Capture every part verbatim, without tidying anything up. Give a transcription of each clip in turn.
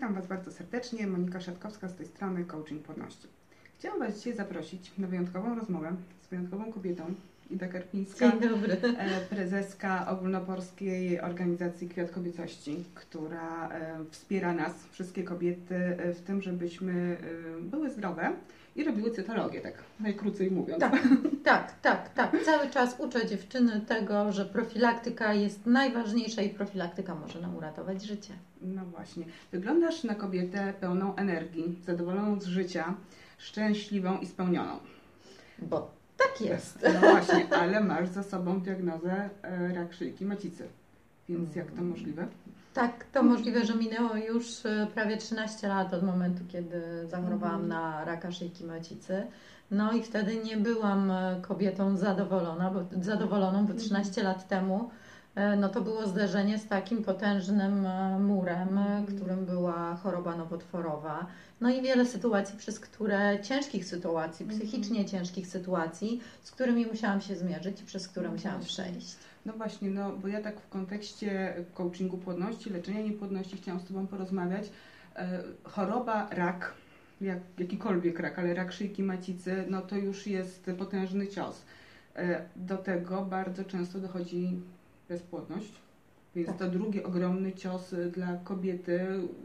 Witam Was bardzo serdecznie, Monika Szatkowska z tej strony Coaching Płodności. Chciałam Was dzisiaj zaprosić na wyjątkową rozmowę z wyjątkową kobietą. Ida Karpińska, Dzień dobry. prezeska Ogólnopolskiej Organizacji Kwiat Kobiecości, która wspiera nas, wszystkie kobiety, w tym, żebyśmy były zdrowe i robiły cytologię, tak najkrócej mówiąc. Tak, tak, tak, tak. Cały czas uczę dziewczyny tego, że profilaktyka jest najważniejsza i profilaktyka może nam uratować życie. No właśnie. Wyglądasz na kobietę pełną energii, zadowoloną z życia, szczęśliwą i spełnioną. Bo tak jest. No właśnie, ale masz za sobą diagnozę rak szyjki macicy. Więc jak to możliwe? Tak, to możliwe, że minęło już prawie trzynaście lat od momentu, kiedy zachorowałam Mhm. na raka szyjki macicy. No i wtedy nie byłam kobietą zadowolona, bo, zadowoloną, bo trzynaście lat temu no to było zderzenie z takim potężnym murem, którym była choroba nowotworowa. No i wiele sytuacji, przez które, ciężkich sytuacji, psychicznie ciężkich sytuacji, z którymi musiałam się zmierzyć i przez które musiałam przejść. No właśnie, no bo ja tak w kontekście coachingu płodności, leczenia niepłodności chciałam z Tobą porozmawiać. E, choroba, rak, jak, jakikolwiek rak, ale rak szyjki macicy, no to już jest potężny cios. E, do tego bardzo często dochodzi bezpłodność, więc Tak. to drugi ogromny cios dla kobiety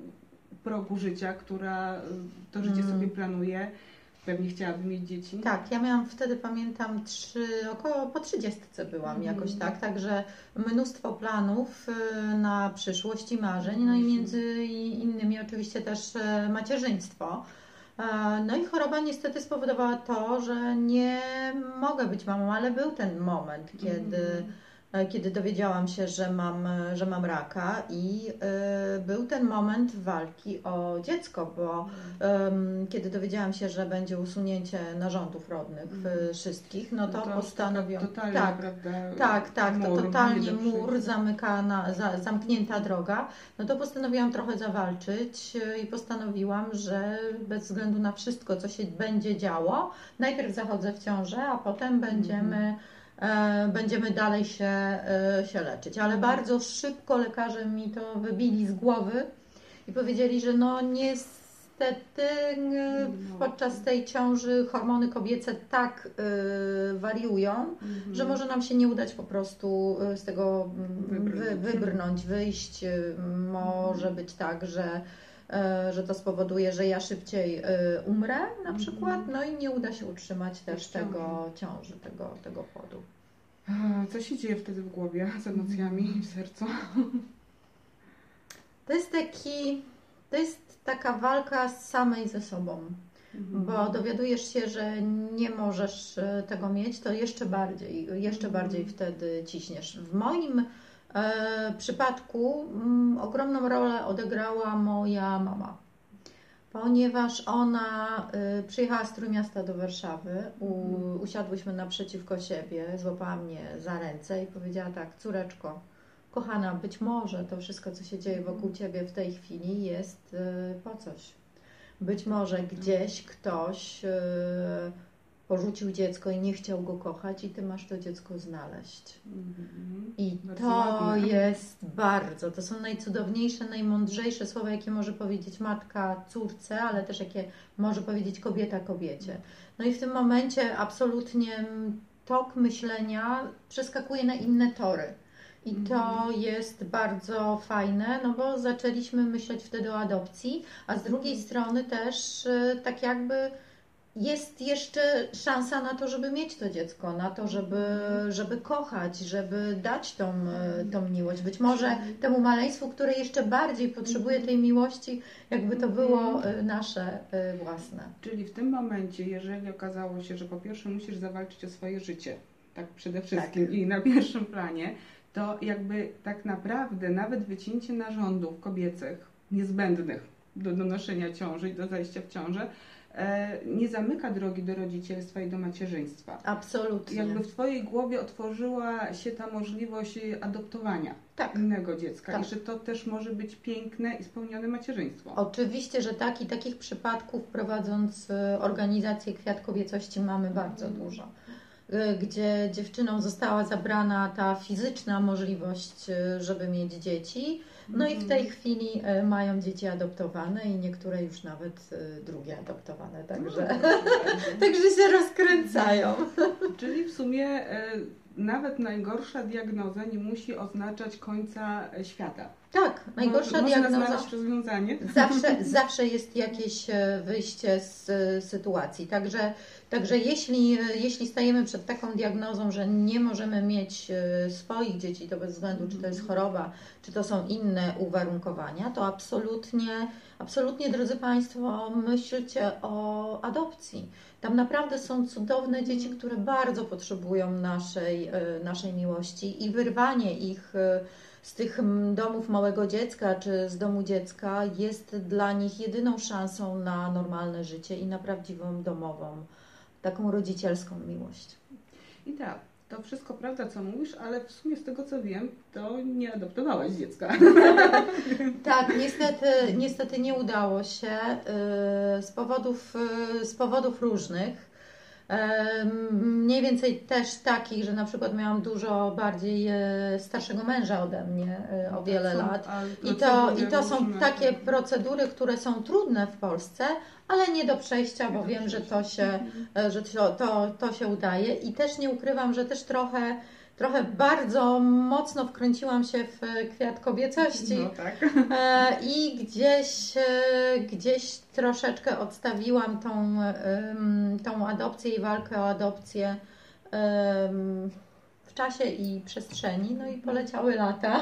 progu życia, która to życie Mm. sobie planuje. Pewnie chciałaby mieć dzieci. Tak, ja miałam wtedy, pamiętam, trzy, około po trzydziestce byłam Mhm. jakoś tak, także mnóstwo planów y, na przyszłość i marzeń, no i między innymi oczywiście też y, macierzyństwo. E, No i choroba niestety spowodowała to, że nie mogę być mamą, ale był ten moment, kiedy Mhm. kiedy dowiedziałam się, że mam, że mam raka i y, był ten moment walki o dziecko, bo y, kiedy dowiedziałam się, że będzie usunięcie narządów rodnych y, wszystkich, no to, No to postanowiłam... totalnie, tak, prawda, tak, tak, to mur, totalnie nie do mur, przejścia. zamykana, za, zamknięta droga, no to postanowiłam trochę zawalczyć y, i postanowiłam, że bez względu na wszystko, co się będzie działo, najpierw zachodzę w ciążę, a potem będziemy... będziemy dalej się, się leczyć. Ale bardzo szybko lekarze mi to wybili z głowy i powiedzieli, że no niestety podczas tej ciąży hormony kobiece tak wariują, Mhm. że może nam się nie udać po prostu z tego Wybrnąć. wy, wybrnąć, wyjść. Może być tak, że że to spowoduje, że ja szybciej umrę na przykład, no i nie uda się utrzymać też tego ciąży, tego, tego płodu. A co się dzieje wtedy w głowie, z emocjami i w sercu? To jest taki, to jest taka walka samej ze sobą, Mhm. bo dowiadujesz się, że nie możesz tego mieć, to jeszcze bardziej, jeszcze Mhm. bardziej wtedy ciśniesz. W moim E, przypadku m, ogromną rolę odegrała moja mama, ponieważ ona y, przyjechała z Trójmiasta do Warszawy, u, usiadłyśmy naprzeciwko siebie, złapała mnie za ręce i powiedziała tak: córeczko, kochana, być może to wszystko, co się dzieje wokół Ciebie w tej chwili jest y, po coś. Być może gdzieś ktoś y, porzucił dziecko i nie chciał go kochać i Ty masz to dziecko znaleźć. Mhm. I Bardzo to ładne. jest bardzo, to są najcudowniejsze, najmądrzejsze słowa, jakie może powiedzieć matka córce, ale też jakie może powiedzieć kobieta kobiecie. No i w tym momencie absolutnie tok myślenia przeskakuje na inne tory. I to jest bardzo fajne, no bo zaczęliśmy myśleć wtedy o adopcji, a z drugiej strony też y, tak jakby jest jeszcze szansa na to, żeby mieć to dziecko, na to, żeby, żeby kochać, żeby dać tą, tą miłość. Być może temu maleństwu, które jeszcze bardziej potrzebuje tej miłości, jakby to było nasze własne. Czyli w tym momencie, jeżeli okazało się, że po pierwsze musisz zawalczyć o swoje życie, tak przede wszystkim Tak. i na pierwszym planie, to jakby tak naprawdę nawet wycięcie narządów kobiecych niezbędnych do donoszenia ciąży i do zajścia w ciążę nie zamyka drogi do rodzicielstwa i do macierzyństwa. Absolutnie. Jakby w Twojej głowie otworzyła się ta możliwość adoptowania tak. innego dziecka Tak. i że to też może być piękne i spełnione macierzyństwo. Oczywiście, że tak i takich przypadków, prowadząc organizację Kwiat Kobiecości, mamy bardzo dużo. Gdzie dziewczynom została zabrana ta fizyczna możliwość, żeby mieć dzieci, No i w tej chwili e, mają dzieci adoptowane i niektóre już nawet e, drugie adoptowane, także, No, także się rozkręcają. Czyli w sumie e, nawet najgorsza diagnoza nie musi oznaczać końca e, świata. Tak, najgorsza Mo- diagnoza. Można znaleźć rozwiązanie. Zawsze, zawsze jest jakieś e, wyjście z e, sytuacji. Także, także jeśli, e, jeśli stajemy przed taką diagnozą, że nie możemy mieć e, swoich dzieci, to bez względu, czy to jest choroba, czy to są inne uwarunkowania, to absolutnie, absolutnie, drodzy Państwo, myślcie o adopcji. Tam naprawdę są cudowne dzieci, które bardzo potrzebują naszej, e, naszej miłości i wyrwanie ich e, z tych domów małego dziecka czy z domu dziecka jest dla nich jedyną szansą na normalne życie i na prawdziwą domową, taką rodzicielską miłość. I tak, to wszystko prawda, co mówisz, ale w sumie z tego, co wiem, to nie adoptowałaś dziecka. Tak, niestety, niestety nie udało się yy, z powodów, yy, z powodów różnych. Mniej więcej też takich, że na przykład miałam dużo bardziej starszego męża ode mnie o wiele lat. I to, i to są takie procedury, które są trudne w Polsce, ale nie do przejścia, bo wiem, że to się, że to, to, to się udaje. I też nie ukrywam, że też trochę Trochę bardzo mocno wkręciłam się w kwiat kobiecości no tak. i gdzieś, gdzieś troszeczkę odstawiłam tą, tą adopcję i walkę o adopcję w czasie i przestrzeni, no i poleciały lata.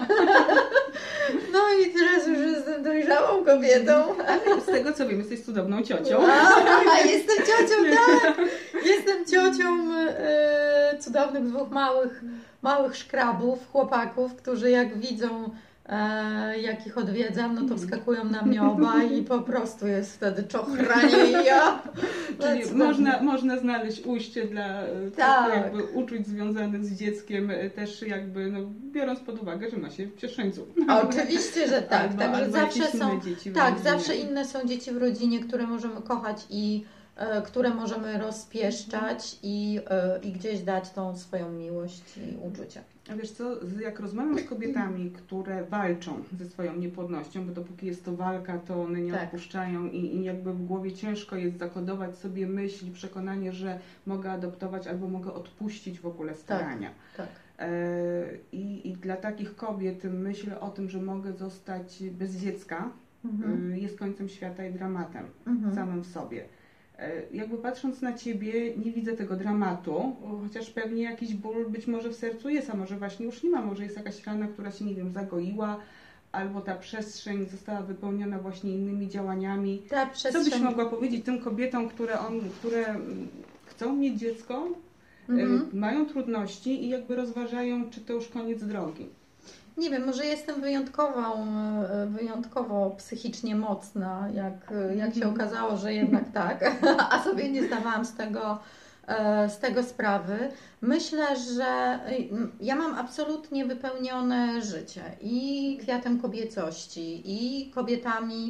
No i teraz już jestem dojrzałą kobietą. Ale z tego, co wiem, jesteś cudowną ciocią. A, jestem ciocią, tak! Jestem ciocią e, cudownych dwóch małych, małych szkrabów, chłopaków, którzy jak widzą, e, jak ich odwiedzam, no to wskakują na mnie oba i po prostu jest wtedy czochranie i ja. Czyli można, można znaleźć ujście dla tak. jakby uczuć związanych z dzieckiem, też jakby no, biorąc pod uwagę, że ma się cieszyńców. Oczywiście, że tak. Albo, Także albo zawsze są. Dzieci w tak, rodzinie. zawsze inne są dzieci w rodzinie, które możemy kochać i e, które możemy rozpieszczać i, e, i gdzieś dać tą swoją miłość i uczucie. A wiesz co, jak rozmawiam z kobietami, które walczą ze swoją niepłodnością, bo dopóki jest to walka, to one nie tak. odpuszczają i, i jakby w głowie ciężko jest zakodować sobie myśl, przekonanie, że mogę adoptować albo mogę odpuścić w ogóle starania. Tak, tak. E, i, I dla takich kobiet myśl o tym, że mogę zostać bez dziecka, mhm. y, jest końcem świata i dramatem mhm. samym w sobie. Jakby patrząc na Ciebie, nie widzę tego dramatu, chociaż pewnie jakiś ból być może w sercu jest, a może właśnie już nie ma, może jest jakaś rana, która się, nie wiem, zagoiła, albo ta przestrzeń została wypełniona właśnie innymi działaniami. Ta przestrzeń... Co byś mogła powiedzieć tym kobietom, które, on, które chcą mieć dziecko, mhm. mają trudności i jakby rozważają, czy to już koniec drogi? Nie wiem, może jestem wyjątkową, wyjątkowo psychicznie mocna, jak, jak się okazało, że jednak tak, a sobie nie zdawałam z tego, z tego sprawy. Myślę, że ja mam absolutnie wypełnione życie i kwiatem kobiecości, i kobietami,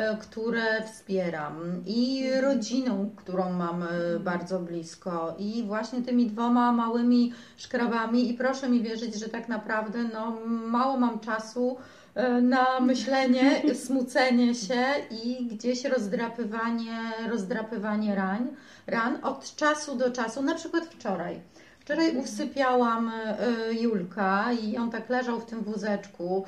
które wspieram, i rodziną, którą mam bardzo blisko, i właśnie tymi dwoma małymi szkrabami. I proszę mi wierzyć, że tak naprawdę no, mało mam czasu na myślenie, smucenie się i gdzieś rozdrapywanie, rozdrapywanie ran, ran od czasu do czasu, na przykład wczoraj. Wczoraj usypiałam Julka i on tak leżał w tym wózeczku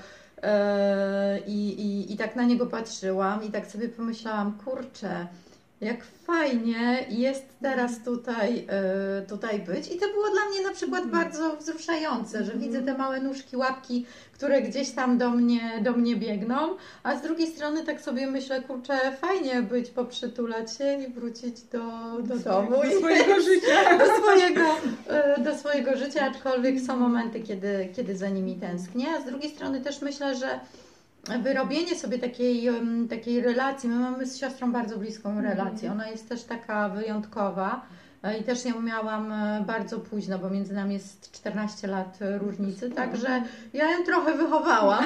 i, i, i tak na niego patrzyłam i tak sobie pomyślałam, kurczę, jak fajnie jest teraz tutaj, tutaj być. I to było dla mnie na przykład bardzo wzruszające, że widzę te małe nóżki, łapki, które gdzieś tam do mnie, do mnie biegną, a z drugiej strony tak sobie myślę, kurczę, fajnie być, poprzytulać się i wrócić do, do domu. Do swojego życia. Do swojego, do swojego życia, aczkolwiek są momenty, kiedy, kiedy za nimi tęsknię, a z drugiej strony też myślę, że wyrobienie sobie takiej, takiej relacji, my mamy z siostrą bardzo bliską relację, ona jest też taka wyjątkowa i też ją miałam bardzo późno, bo między nami jest czternaście lat różnicy, także ja ją trochę wychowałam,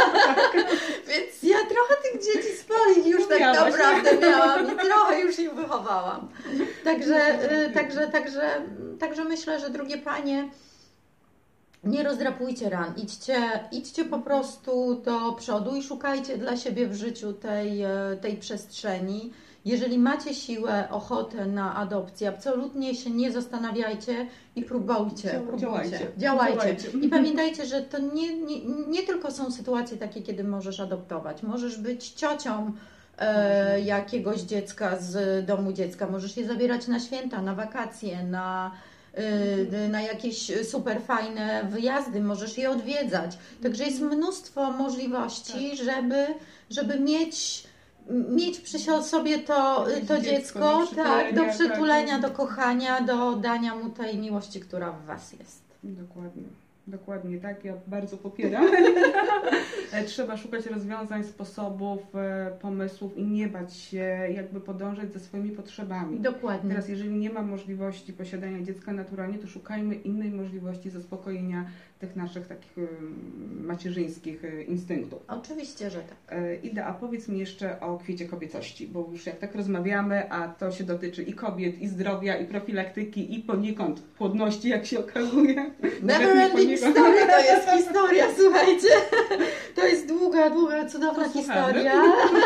więc ja trochę tych dzieci swoich już tak Miałaś. naprawdę miałam i trochę już ich wychowałam. Także, także, także, także myślę, że drugie panie Nie rozdrapujcie ran, idźcie, idźcie po prostu do przodu i szukajcie dla siebie w życiu tej, tej przestrzeni. Jeżeli macie siłę, ochotę na adopcję, absolutnie się nie zastanawiajcie i próbujcie. próbujcie. Działajcie. Działajcie. Działajcie. I pamiętajcie, że to nie, nie, nie tylko są sytuacje takie, kiedy możesz adoptować. Możesz być ciocią e, jakiegoś dziecka z domu dziecka. Możesz je zabierać na święta, na wakacje, na... na jakieś super fajne wyjazdy, możesz je odwiedzać. Także jest mnóstwo możliwości, tak. żeby, żeby mieć, mieć przy sobie to, to dziecko, dziecko do tak, do przytulenia, tak. do kochania, do dania mu tej miłości, która w Was jest. Dokładnie. Dokładnie tak, ja bardzo popieram. Trzeba szukać rozwiązań, sposobów, pomysłów i nie bać się jakby podążać za swoimi potrzebami. Dokładnie. Teraz jeżeli nie ma możliwości posiadania dziecka naturalnie, to szukajmy innej możliwości zaspokojenia tych naszych takich macierzyńskich instynktów. Oczywiście, że tak. Ida, a powiedz mi jeszcze o kwiecie kobiecości, bo już jak tak rozmawiamy, a to się dotyczy i kobiet, i zdrowia, i profilaktyki, i poniekąd płodności, jak się okazuje. Never ending story to jest historia, słuchajcie. To jest długa, długa, cudowna historia.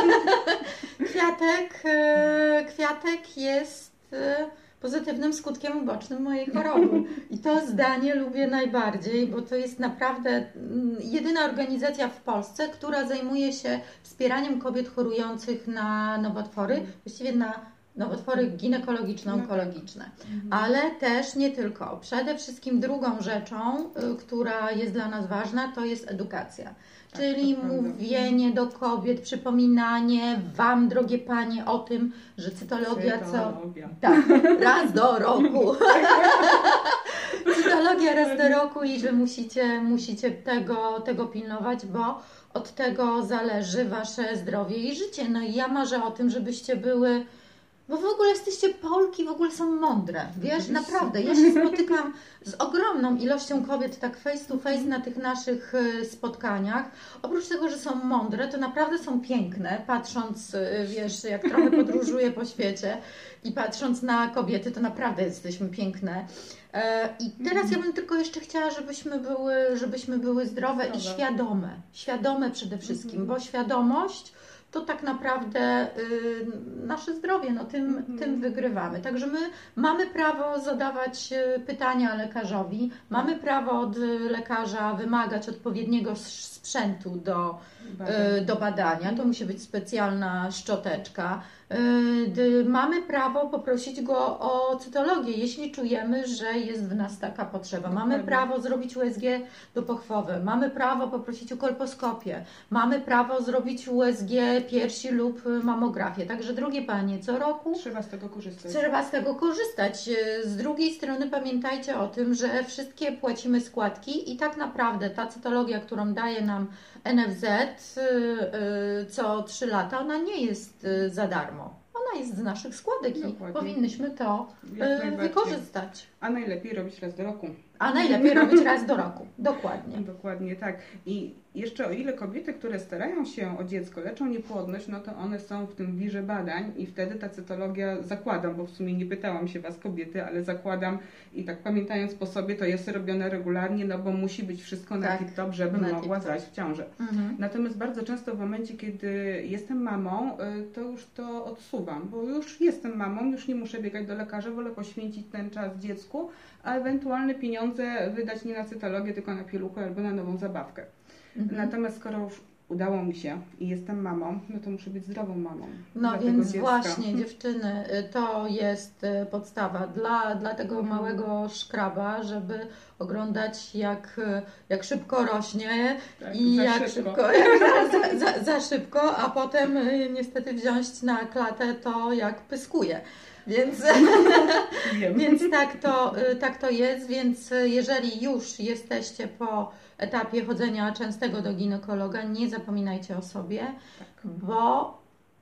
Kwiatek, kwiatek jest pozytywnym skutkiem ubocznym mojej choroby. I to zdanie lubię najbardziej, bo to jest naprawdę jedyna organizacja w Polsce, która zajmuje się wspieraniem kobiet chorujących na nowotwory, właściwie na nowotwory ginekologiczno-onkologiczne. Ale też nie tylko. Przede wszystkim drugą rzeczą, która jest dla nas ważna, to jest edukacja. Tak, czyli mówienie do kobiet, przypominanie Wam, drogie Panie, o tym, że cytologia co... Tak, raz do roku. Cytologia raz do roku i że musicie, musicie tego, tego pilnować, bo od tego zależy Wasze zdrowie i życie. No i ja marzę o tym, żebyście były... Bo w ogóle jesteście Polki, w ogóle są mądre, wiesz, naprawdę. Ja się spotykam z ogromną ilością kobiet tak face to face na tych naszych spotkaniach. Oprócz tego, że są mądre, to naprawdę są piękne, patrząc, wiesz, jak trochę podróżuję po świecie i patrząc na kobiety, to naprawdę jesteśmy piękne. I teraz ja bym tylko jeszcze chciała, żebyśmy były, żebyśmy były zdrowe i świadome. Świadome przede wszystkim, bo świadomość to tak naprawdę y, nasze zdrowie, no tym, mm. tym wygrywamy. Także my mamy prawo zadawać pytania lekarzowi, mamy prawo od lekarza wymagać odpowiedniego sprzętu do, y, do badania, to musi być specjalna szczoteczka. Y, mamy prawo poprosić go o cytologię, jeśli czujemy, że jest w nas taka potrzeba. Mamy prawo zrobić U S G dopochwowe, mamy prawo poprosić o kolposkopię, mamy prawo zrobić U S G piersi lub mamografię. Także drogie Panie, co roku trzeba z tego korzystać. Trzeba z tego korzystać. Z drugiej strony pamiętajcie o tym, że wszystkie płacimy składki i tak naprawdę ta cytologia, którą daje nam N F Z co trzy lata, ona nie jest za darmo. Ona jest z naszych składek i powinnyśmy to wykorzystać. A najlepiej robić raz do roku. A najlepiej robić raz do roku. Dokładnie. Dokładnie tak. I jeszcze o ile kobiety, które starają się o dziecko, leczą niepłodność, no to one są w tym wirze badań i wtedy ta cytologia, zakładam, bo w sumie nie pytałam się Was kobiety, ale zakładam i tak pamiętając po sobie, to jest robione regularnie, no bo musi być wszystko na tak, tip-top, żeby mogła zajść w ciążę. Mhm. Natomiast bardzo często w momencie, kiedy jestem mamą, to już to odsuwam, bo już jestem mamą, już nie muszę biegać do lekarza, wolę poświęcić ten czas dziecku, a ewentualne pieniądze wydać nie na cytologię, tylko na pieluchę albo na nową zabawkę. Mhm. Natomiast skoro już udało mi się i jestem mamą, no to muszę być zdrową mamą. No więc dziecka. Właśnie dziewczyny, to jest podstawa dla, dla tego mhm. małego szkraba, żeby oglądać jak, jak szybko rośnie tak, i za jak szybko, szybko jak za, za, za szybko, a potem niestety wziąć na klatę to jak pyskuje. Więc, więc tak, to, tak to jest, więc jeżeli już jesteście po etapie chodzenia częstego do ginekologa, nie zapominajcie o sobie, tak. bo,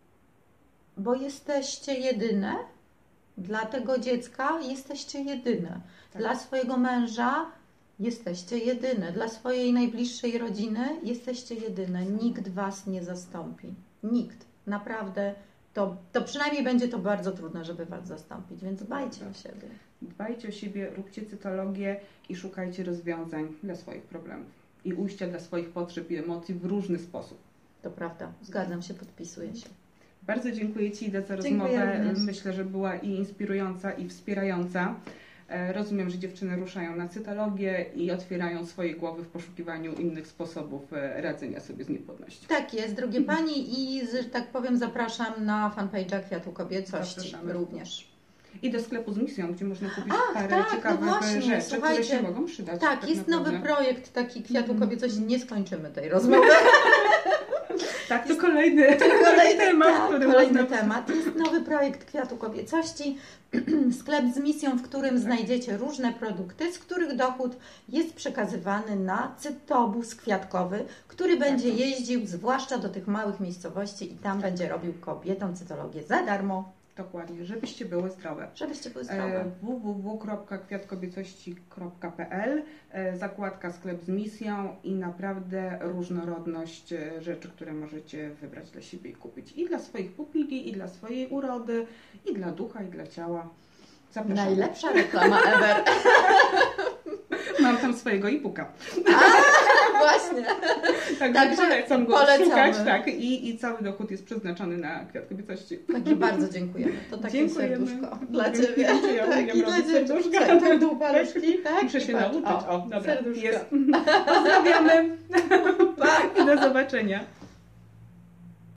bo jesteście jedyne, dla tego dziecka jesteście jedyne, tak. dla swojego męża jesteście jedyne, dla swojej najbliższej rodziny jesteście jedyne, nikt Was nie zastąpi, nikt, naprawdę. To, to przynajmniej będzie to bardzo trudne, żeby Was zastąpić, więc dbajcie o siebie. Dbajcie o siebie, róbcie cytologię i szukajcie rozwiązań dla swoich problemów i ujścia dla swoich potrzeb i emocji w różny sposób. To prawda, zgadzam się, podpisuję się. Bardzo dziękuję Ci, Ida, za Dziękuję rozmowę. również. Myślę, że była i inspirująca, i wspierająca. Rozumiem, że dziewczyny ruszają na cytologię i otwierają swoje głowy w poszukiwaniu innych sposobów radzenia sobie z niepłodnością. Tak jest, drogie Pani, i że tak powiem zapraszam na fanpage'a Kwiatu Kobiecości Zapraszamy. również. I do sklepu z misją, gdzie można kupić Ach, parę tak, no ciekawych właśnie, rzeczy, słuchajcie, które się mogą przydać. Tak, tak jest naprawdę. nowy projekt taki Kwiatu Mhm. Kobiecości. Nie skończymy tej rozmowy. Tak, to kolejny, Kolejny temat, tak, który kolejny można... temat. Jest nowy projekt Kwiatu Kobiecości. Sklep z misją, w którym znajdziecie różne produkty, z których dochód jest przekazywany na cytobus kwiatkowy, który będzie jeździł zwłaszcza do tych małych miejscowości i tam będzie robił kobietom cytologię za darmo. Dokładnie, żebyście były zdrowe. Żebyście były zdrowe. w w w kropka kwiat kobiecości kropka p l, zakładka sklep z misją i naprawdę różnorodność e, rzeczy, które możecie wybrać dla siebie i kupić. I dla swoich pupili, i dla swojej urody, i dla ducha, i dla ciała. Zapraszam. Najlepsza reklama ever. Mam tam swojego e-booka. Właśnie. Także, Także polecam go polecamy. szukać. Tak, i, I cały dochód jest przeznaczony na kwiat kobiecości. Także bardzo dziękujemy. To takie Dziękujemy. serduszko dla Dziękuję, Ciebie. ja Tak, umiem i dla robić Ciebie. serduszka. Tak, tu paluszki, tak? Muszę I się patrz. nauczyć. O, dobra, serduszko. jest. Pozdrawiamy. I do zobaczenia.